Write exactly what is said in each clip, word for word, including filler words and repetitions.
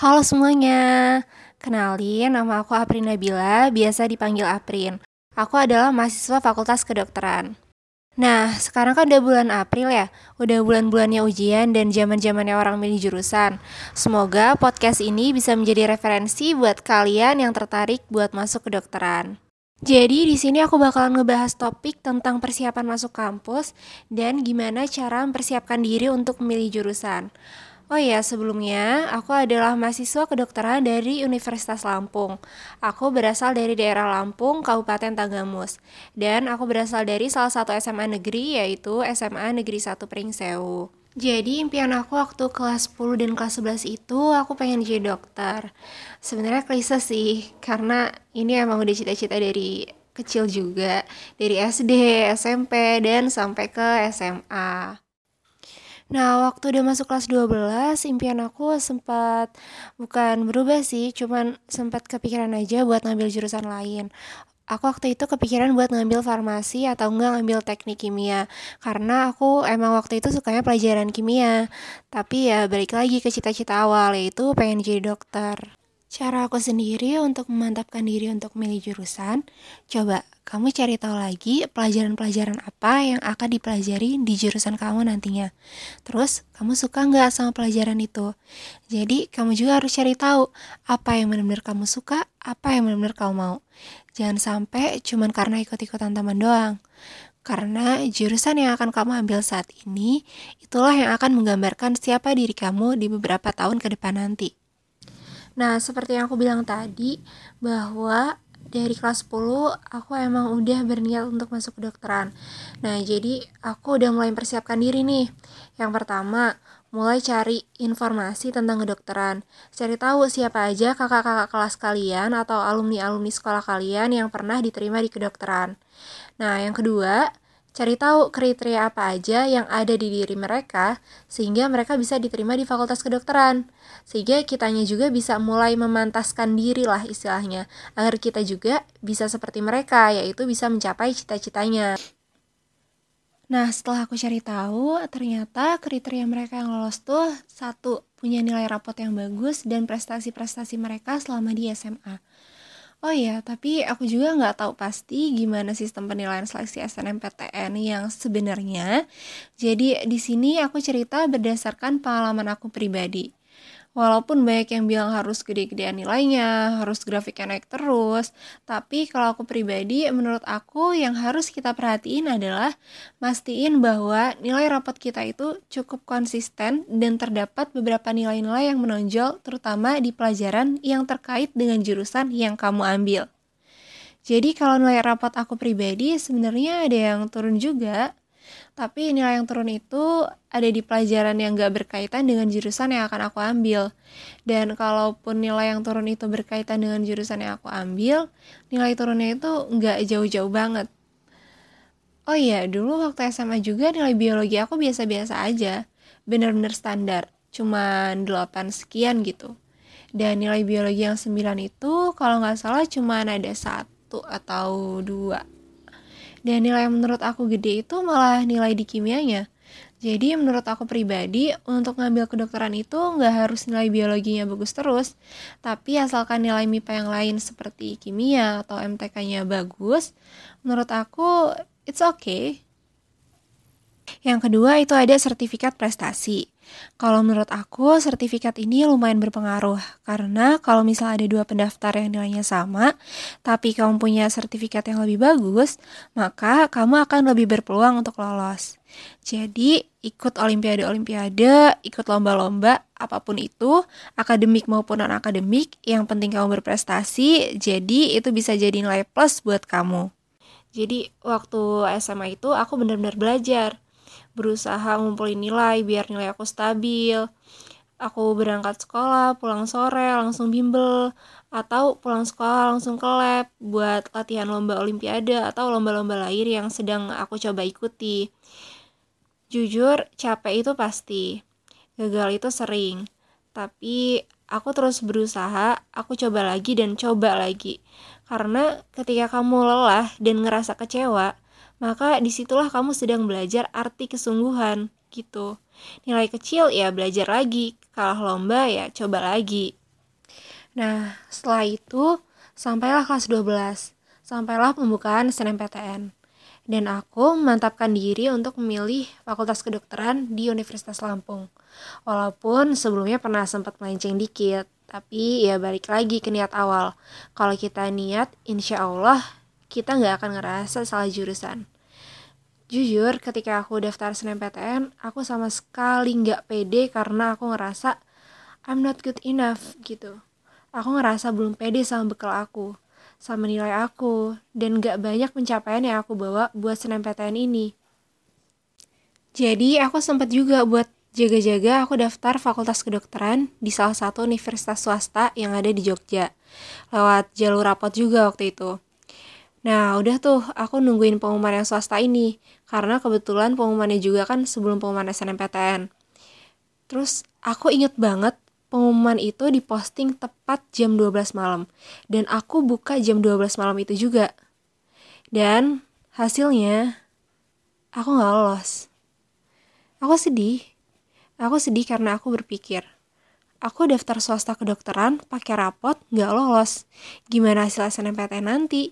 Halo semuanya, kenalin nama aku Aprin Nabila, biasa dipanggil Aprin. Aku adalah mahasiswa Fakultas Kedokteran. Nah, sekarang kan udah bulan April ya, udah bulan-bulannya ujian dan zaman-zamannya orang milih jurusan. Semoga podcast ini bisa menjadi referensi buat kalian yang tertarik buat masuk kedokteran. Jadi di sini aku bakalan ngebahas topik tentang persiapan masuk kampus dan gimana cara mempersiapkan diri untuk memilih jurusan. Oh iya, sebelumnya aku adalah mahasiswa kedokteran dari Universitas Lampung. Aku berasal dari daerah Lampung, Kabupaten Tanggamus. Dan aku berasal dari salah satu S M A negeri, yaitu S M A Negeri satu Pringsewu. Jadi impian aku waktu kelas sepuluh dan kelas sebelas itu aku pengen jadi dokter. Sebenarnya klise sih, karena ini emang udah cita-cita dari kecil juga. Dari S D, S M P, dan sampai ke S M A. Nah, waktu udah masuk kelas dua belas, impian aku sempat bukan berubah sih, cuman sempat kepikiran aja buat ngambil jurusan lain. Aku waktu itu kepikiran buat ngambil farmasi atau enggak ngambil teknik kimia, karena aku emang waktu itu sukanya pelajaran kimia. Tapi ya balik lagi ke cita-cita awal, yaitu pengen jadi dokter. Cara aku sendiri untuk memantapkan diri untuk milih jurusan, coba kamu cari tahu lagi pelajaran-pelajaran apa yang akan dipelajari di jurusan kamu nantinya. Terus, kamu suka nggak sama pelajaran itu? Jadi, kamu juga harus cari tahu apa yang benar-benar kamu suka, apa yang benar-benar kamu mau. Jangan sampai cuman karena ikut-ikutan teman doang. Karena jurusan yang akan kamu ambil saat ini, itulah yang akan menggambarkan siapa diri kamu di beberapa tahun ke depan nanti. Nah, seperti yang aku bilang tadi, bahwa dari kelas sepuluh aku emang udah berniat untuk masuk kedokteran. Nah, jadi aku udah mulai mempersiapkan diri nih. Yang pertama, mulai cari informasi tentang kedokteran. Cari tahu siapa aja kakak-kakak kelas kalian atau alumni-alumni sekolah kalian yang pernah diterima di kedokteran. Nah, yang kedua, cari tahu kriteria apa aja yang ada di diri mereka sehingga mereka bisa diterima di fakultas kedokteran. Sehingga kitanya juga bisa mulai memantaskan diri lah istilahnya, agar kita juga bisa seperti mereka, yaitu bisa mencapai cita-citanya. Nah, setelah aku cari tahu, ternyata kriteria mereka yang lolos tuh satu, punya nilai rapot yang bagus dan prestasi-prestasi mereka selama di S M A. Oh iya, tapi aku juga nggak tahu pasti gimana sistem penilaian seleksi S N M P T N yang sebenarnya. Jadi di sini aku cerita berdasarkan pengalaman aku pribadi. Walaupun banyak yang bilang harus gede-gedean nilainya, harus grafiknya naik terus, tapi kalau aku pribadi, menurut aku yang harus kita perhatiin adalah mastiin bahwa nilai rapot kita itu cukup konsisten dan terdapat beberapa nilai-nilai yang menonjol, terutama di pelajaran yang terkait dengan jurusan yang kamu ambil. Jadi kalau nilai rapot aku pribadi sebenarnya ada yang turun juga, tapi nilai yang turun itu ada di pelajaran yang gak berkaitan dengan jurusan yang akan aku ambil. Dan kalaupun nilai yang turun itu berkaitan dengan jurusan yang aku ambil, nilai turunnya itu gak jauh-jauh banget. Oh iya, dulu waktu S M A juga nilai biologi aku biasa-biasa aja. Bener-bener standar, cuman delapan sekian gitu. Dan nilai biologi yang sembilan itu kalau gak salah cuman ada satu atau dua. Dan nilai yang menurut aku gede itu malah nilai di kimianya. Jadi menurut aku pribadi, untuk ngambil kedokteran itu nggak harus nilai biologinya bagus terus. Tapi asalkan nilai M I P A yang lain seperti kimia atau M T K-nya bagus, menurut aku it's okay. Yang kedua itu ada sertifikat prestasi. Kalau menurut aku, sertifikat ini lumayan berpengaruh. Karena kalau misal ada dua pendaftar yang nilainya sama, tapi kamu punya sertifikat yang lebih bagus, maka kamu akan lebih berpeluang untuk lolos. Jadi, ikut olimpiade-olimpiade, ikut lomba-lomba, apapun itu, akademik maupun non-akademik, yang penting kamu berprestasi, jadi itu bisa jadi nilai plus buat kamu. Jadi, waktu S M A itu aku benar-benar belajar. Berusaha ngumpulin nilai biar nilai aku stabil. Aku berangkat sekolah, pulang sore, langsung bimbel. Atau pulang sekolah langsung ke lab buat latihan lomba olimpiade atau lomba-lomba lain yang sedang aku coba ikuti. Jujur, capek itu pasti. Gagal itu sering. Tapi aku terus berusaha, aku coba lagi dan coba lagi. Karena ketika kamu lelah dan ngerasa kecewa, maka disitulah kamu sedang belajar arti kesungguhan gitu. Nilai kecil ya belajar lagi, kalah lomba ya coba lagi. Nah, setelah itu, sampailah kelas dua belas. Sampailah pembukaan S N M P T N. Dan aku memantapkan diri untuk memilih Fakultas Kedokteran di Universitas Lampung. Walaupun sebelumnya pernah sempat melenceng dikit, tapi ya balik lagi ke niat awal. Kalau kita niat, insya Allah kita nggak akan ngerasa salah jurusan. Jujur, ketika aku daftar S N M P T N, aku sama sekali nggak pede karena aku ngerasa I'm not good enough gitu. Aku ngerasa belum pede sama bekal aku, sama nilai aku, dan gak banyak pencapaian yang aku bawa buat S N M P T N ini. Jadi aku sempat juga buat jaga-jaga aku daftar Fakultas Kedokteran di salah satu universitas swasta yang ada di Jogja. Lewat jalur rapot juga waktu itu. Nah udah tuh aku nungguin pengumuman yang swasta ini, karena kebetulan pengumumannya juga kan sebelum pengumuman S N M P T N. Terus aku inget banget pengumuman itu diposting tepat jam dua belas malam. Dan aku buka jam dua belas malam itu juga. Dan hasilnya aku gak lolos. Aku sedih. Aku sedih karena aku berpikir, aku daftar swasta kedokteran pakai rapot gak lolos. Gimana hasil S N M P T N nanti?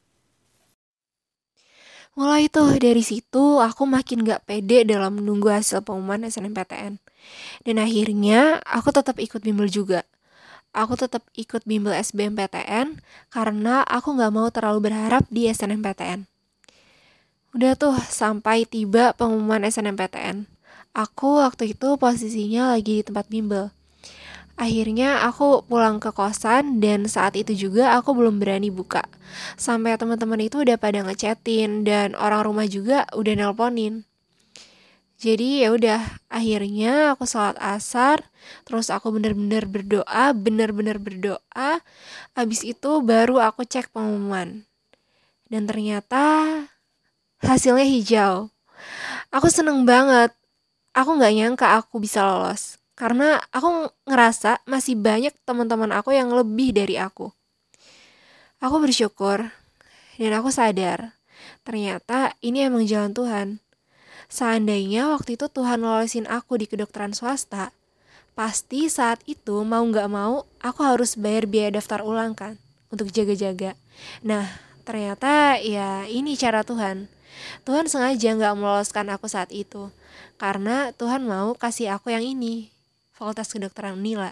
Mulai tuh dari situ aku makin gak pede dalam menunggu hasil pengumuman S N M P T N. Dan akhirnya aku tetap ikut bimbel juga. Aku tetap ikut bimbel S B M P T N karena aku gak mau terlalu berharap di S N M P T N. Udah tuh sampai tiba pengumuman S N M P T N. Aku waktu itu posisinya lagi di tempat bimbel. Akhirnya aku pulang ke kosan dan saat itu juga aku belum berani buka. Sampai teman-teman itu udah pada ngechatin dan orang rumah juga udah nelponin. Jadi ya udah, akhirnya aku sholat asar, terus aku bener-bener berdoa, bener-bener berdoa. Abis itu baru aku cek pengumuman. Dan ternyata hasilnya hijau. Aku seneng banget. Aku nggak nyangka aku bisa lolos. Karena aku ngerasa masih banyak teman-teman aku yang lebih dari aku. Aku bersyukur dan aku sadar ternyata ini emang jalan Tuhan. Seandainya waktu itu Tuhan lolosin aku di kedokteran swasta, pasti saat itu mau gak mau aku harus bayar biaya daftar ulang kan untuk jaga-jaga. Nah ternyata ya ini cara Tuhan. Tuhan sengaja gak meloloskan aku saat itu karena Tuhan mau kasih aku yang ini, Fakultas Kedokteran Unila.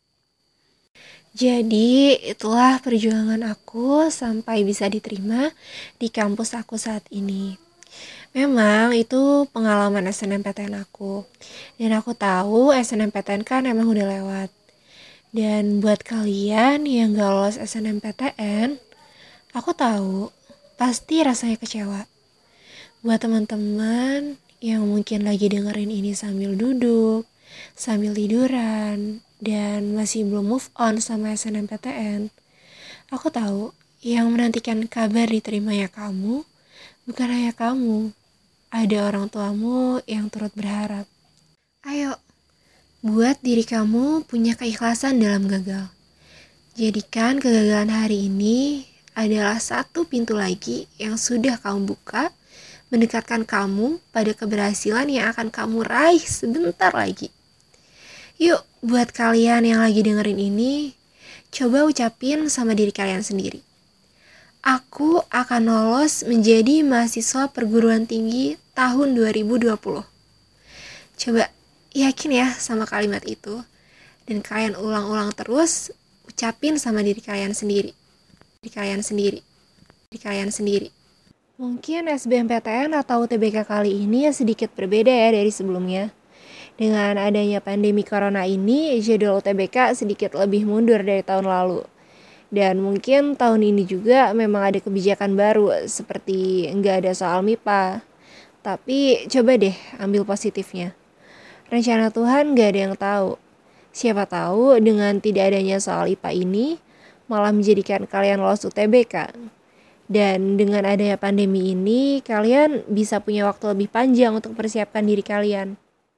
Jadi itulah perjuangan aku sampai bisa diterima di kampus aku saat ini. Memang itu pengalaman S N M P T N aku. Dan aku tahu S N M P T N kan emang udah lewat. Dan buat kalian yang gak lolos S N M P T N, aku tahu pasti rasanya kecewa. Buat teman-teman yang mungkin lagi dengerin ini sambil duduk, sambil tiduran, dan masih belum move on sama S N M P T N, aku tahu yang menantikan kabar diterimanya kamu bukan hanya kamu, ada orang tuamu yang turut berharap. Ayo, buat diri kamu punya keikhlasan dalam gagal. Jadikan kegagalan hari ini adalah satu pintu lagi yang sudah kamu buka, mendekatkan kamu pada keberhasilan yang akan kamu raih sebentar lagi. Yuk, buat kalian yang lagi dengerin ini, coba ucapin sama diri kalian sendiri. Aku akan lolos menjadi mahasiswa perguruan tinggi tahun dua ribu dua puluh. Coba yakin ya sama kalimat itu. Dan kalian ulang-ulang terus, ucapin sama diri kalian sendiri. Diri kalian sendiri. Diri kalian sendiri. Mungkin S B M P T N atau U T B K kali ini sedikit berbeda ya dari sebelumnya. Dengan adanya pandemi corona ini, jadwal U T B K sedikit lebih mundur dari tahun lalu. Dan mungkin tahun ini juga memang ada kebijakan baru seperti nggak ada soal M I P A. Tapi coba deh ambil positifnya. Rencana Tuhan nggak ada yang tahu. Siapa tahu dengan tidak adanya soal I P A ini malah menjadikan kalian lolos U T B K. Dan dengan adanya pandemi ini, kalian bisa punya waktu lebih panjang untuk persiapkan diri kalian.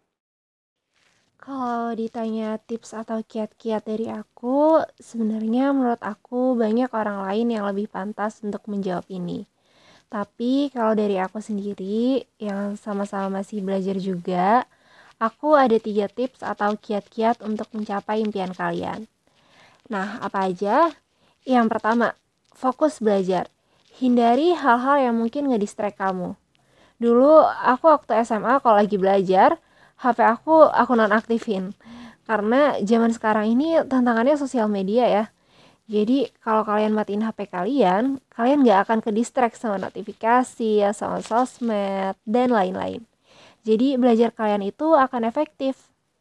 Kalau ditanya tips atau kiat-kiat dari aku, sebenarnya menurut aku banyak orang lain yang lebih pantas untuk menjawab ini. Tapi kalau dari aku sendiri, yang sama-sama masih belajar juga, aku ada tiga tips atau kiat-kiat untuk mencapai impian kalian. Nah, apa aja? Yang pertama, fokus belajar. Hindari hal-hal yang mungkin nge-distract kamu. Dulu aku waktu S M A kalau lagi belajar, H P aku aku nonaktifin. Karena zaman sekarang ini tantangannya sosial media ya. Jadi kalau kalian matiin H P kalian, kalian gak akan ke-distract sama notifikasi, ya, sama sosmed, dan lain-lain. Jadi belajar kalian itu akan efektif.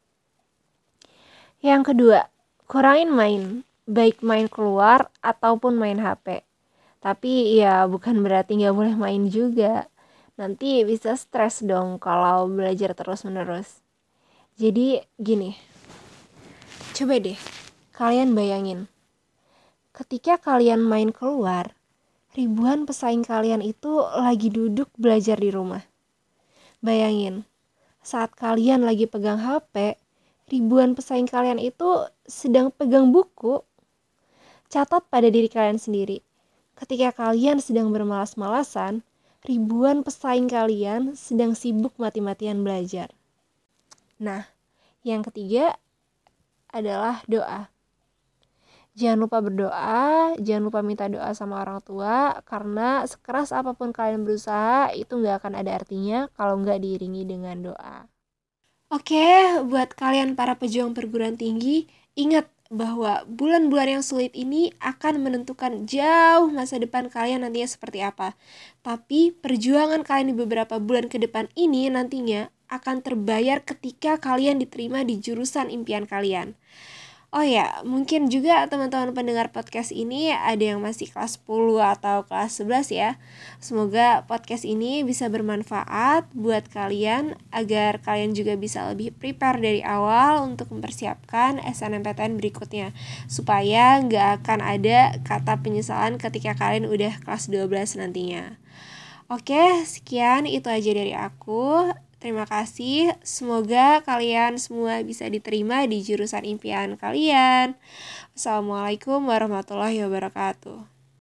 Yang kedua, kurangin main. Baik main keluar ataupun main H P. Tapi ya bukan berarti gak boleh main juga. Nanti bisa stres dong kalau belajar terus-menerus. Jadi gini, coba deh kalian bayangin. Ketika kalian main keluar, ribuan pesaing kalian itu lagi duduk belajar di rumah. Bayangin, saat kalian lagi pegang H P, ribuan pesaing kalian itu sedang pegang buku. Catat pada diri kalian sendiri. Ketika kalian sedang bermalas-malasan, ribuan pesaing kalian sedang sibuk mati-matian belajar. Nah, yang ketiga adalah doa. Jangan lupa berdoa, jangan lupa minta doa sama orang tua, karena sekeras apapun kalian berusaha, itu gak akan ada artinya kalau gak diiringi dengan doa. Oke, buat kalian para pejuang perguruan tinggi, ingat bahwa bulan-bulan yang sulit ini akan menentukan jauh masa depan kalian nantinya seperti apa. Tapi perjuangan kalian di beberapa bulan ke depan ini nantinya akan terbayar ketika kalian diterima di jurusan impian kalian. Oh ya, mungkin juga teman-teman pendengar podcast ini ada yang masih kelas sepuluh atau kelas sebelas ya. Semoga podcast ini bisa bermanfaat buat kalian agar kalian juga bisa lebih prepare dari awal untuk mempersiapkan S N M P T N berikutnya. Supaya nggak akan ada kata penyesalan ketika kalian udah kelas dua belas nantinya. Oke, sekian itu aja dari aku. Terima kasih, semoga kalian semua bisa diterima di jurusan impian kalian. Assalamualaikum warahmatullahi wabarakatuh.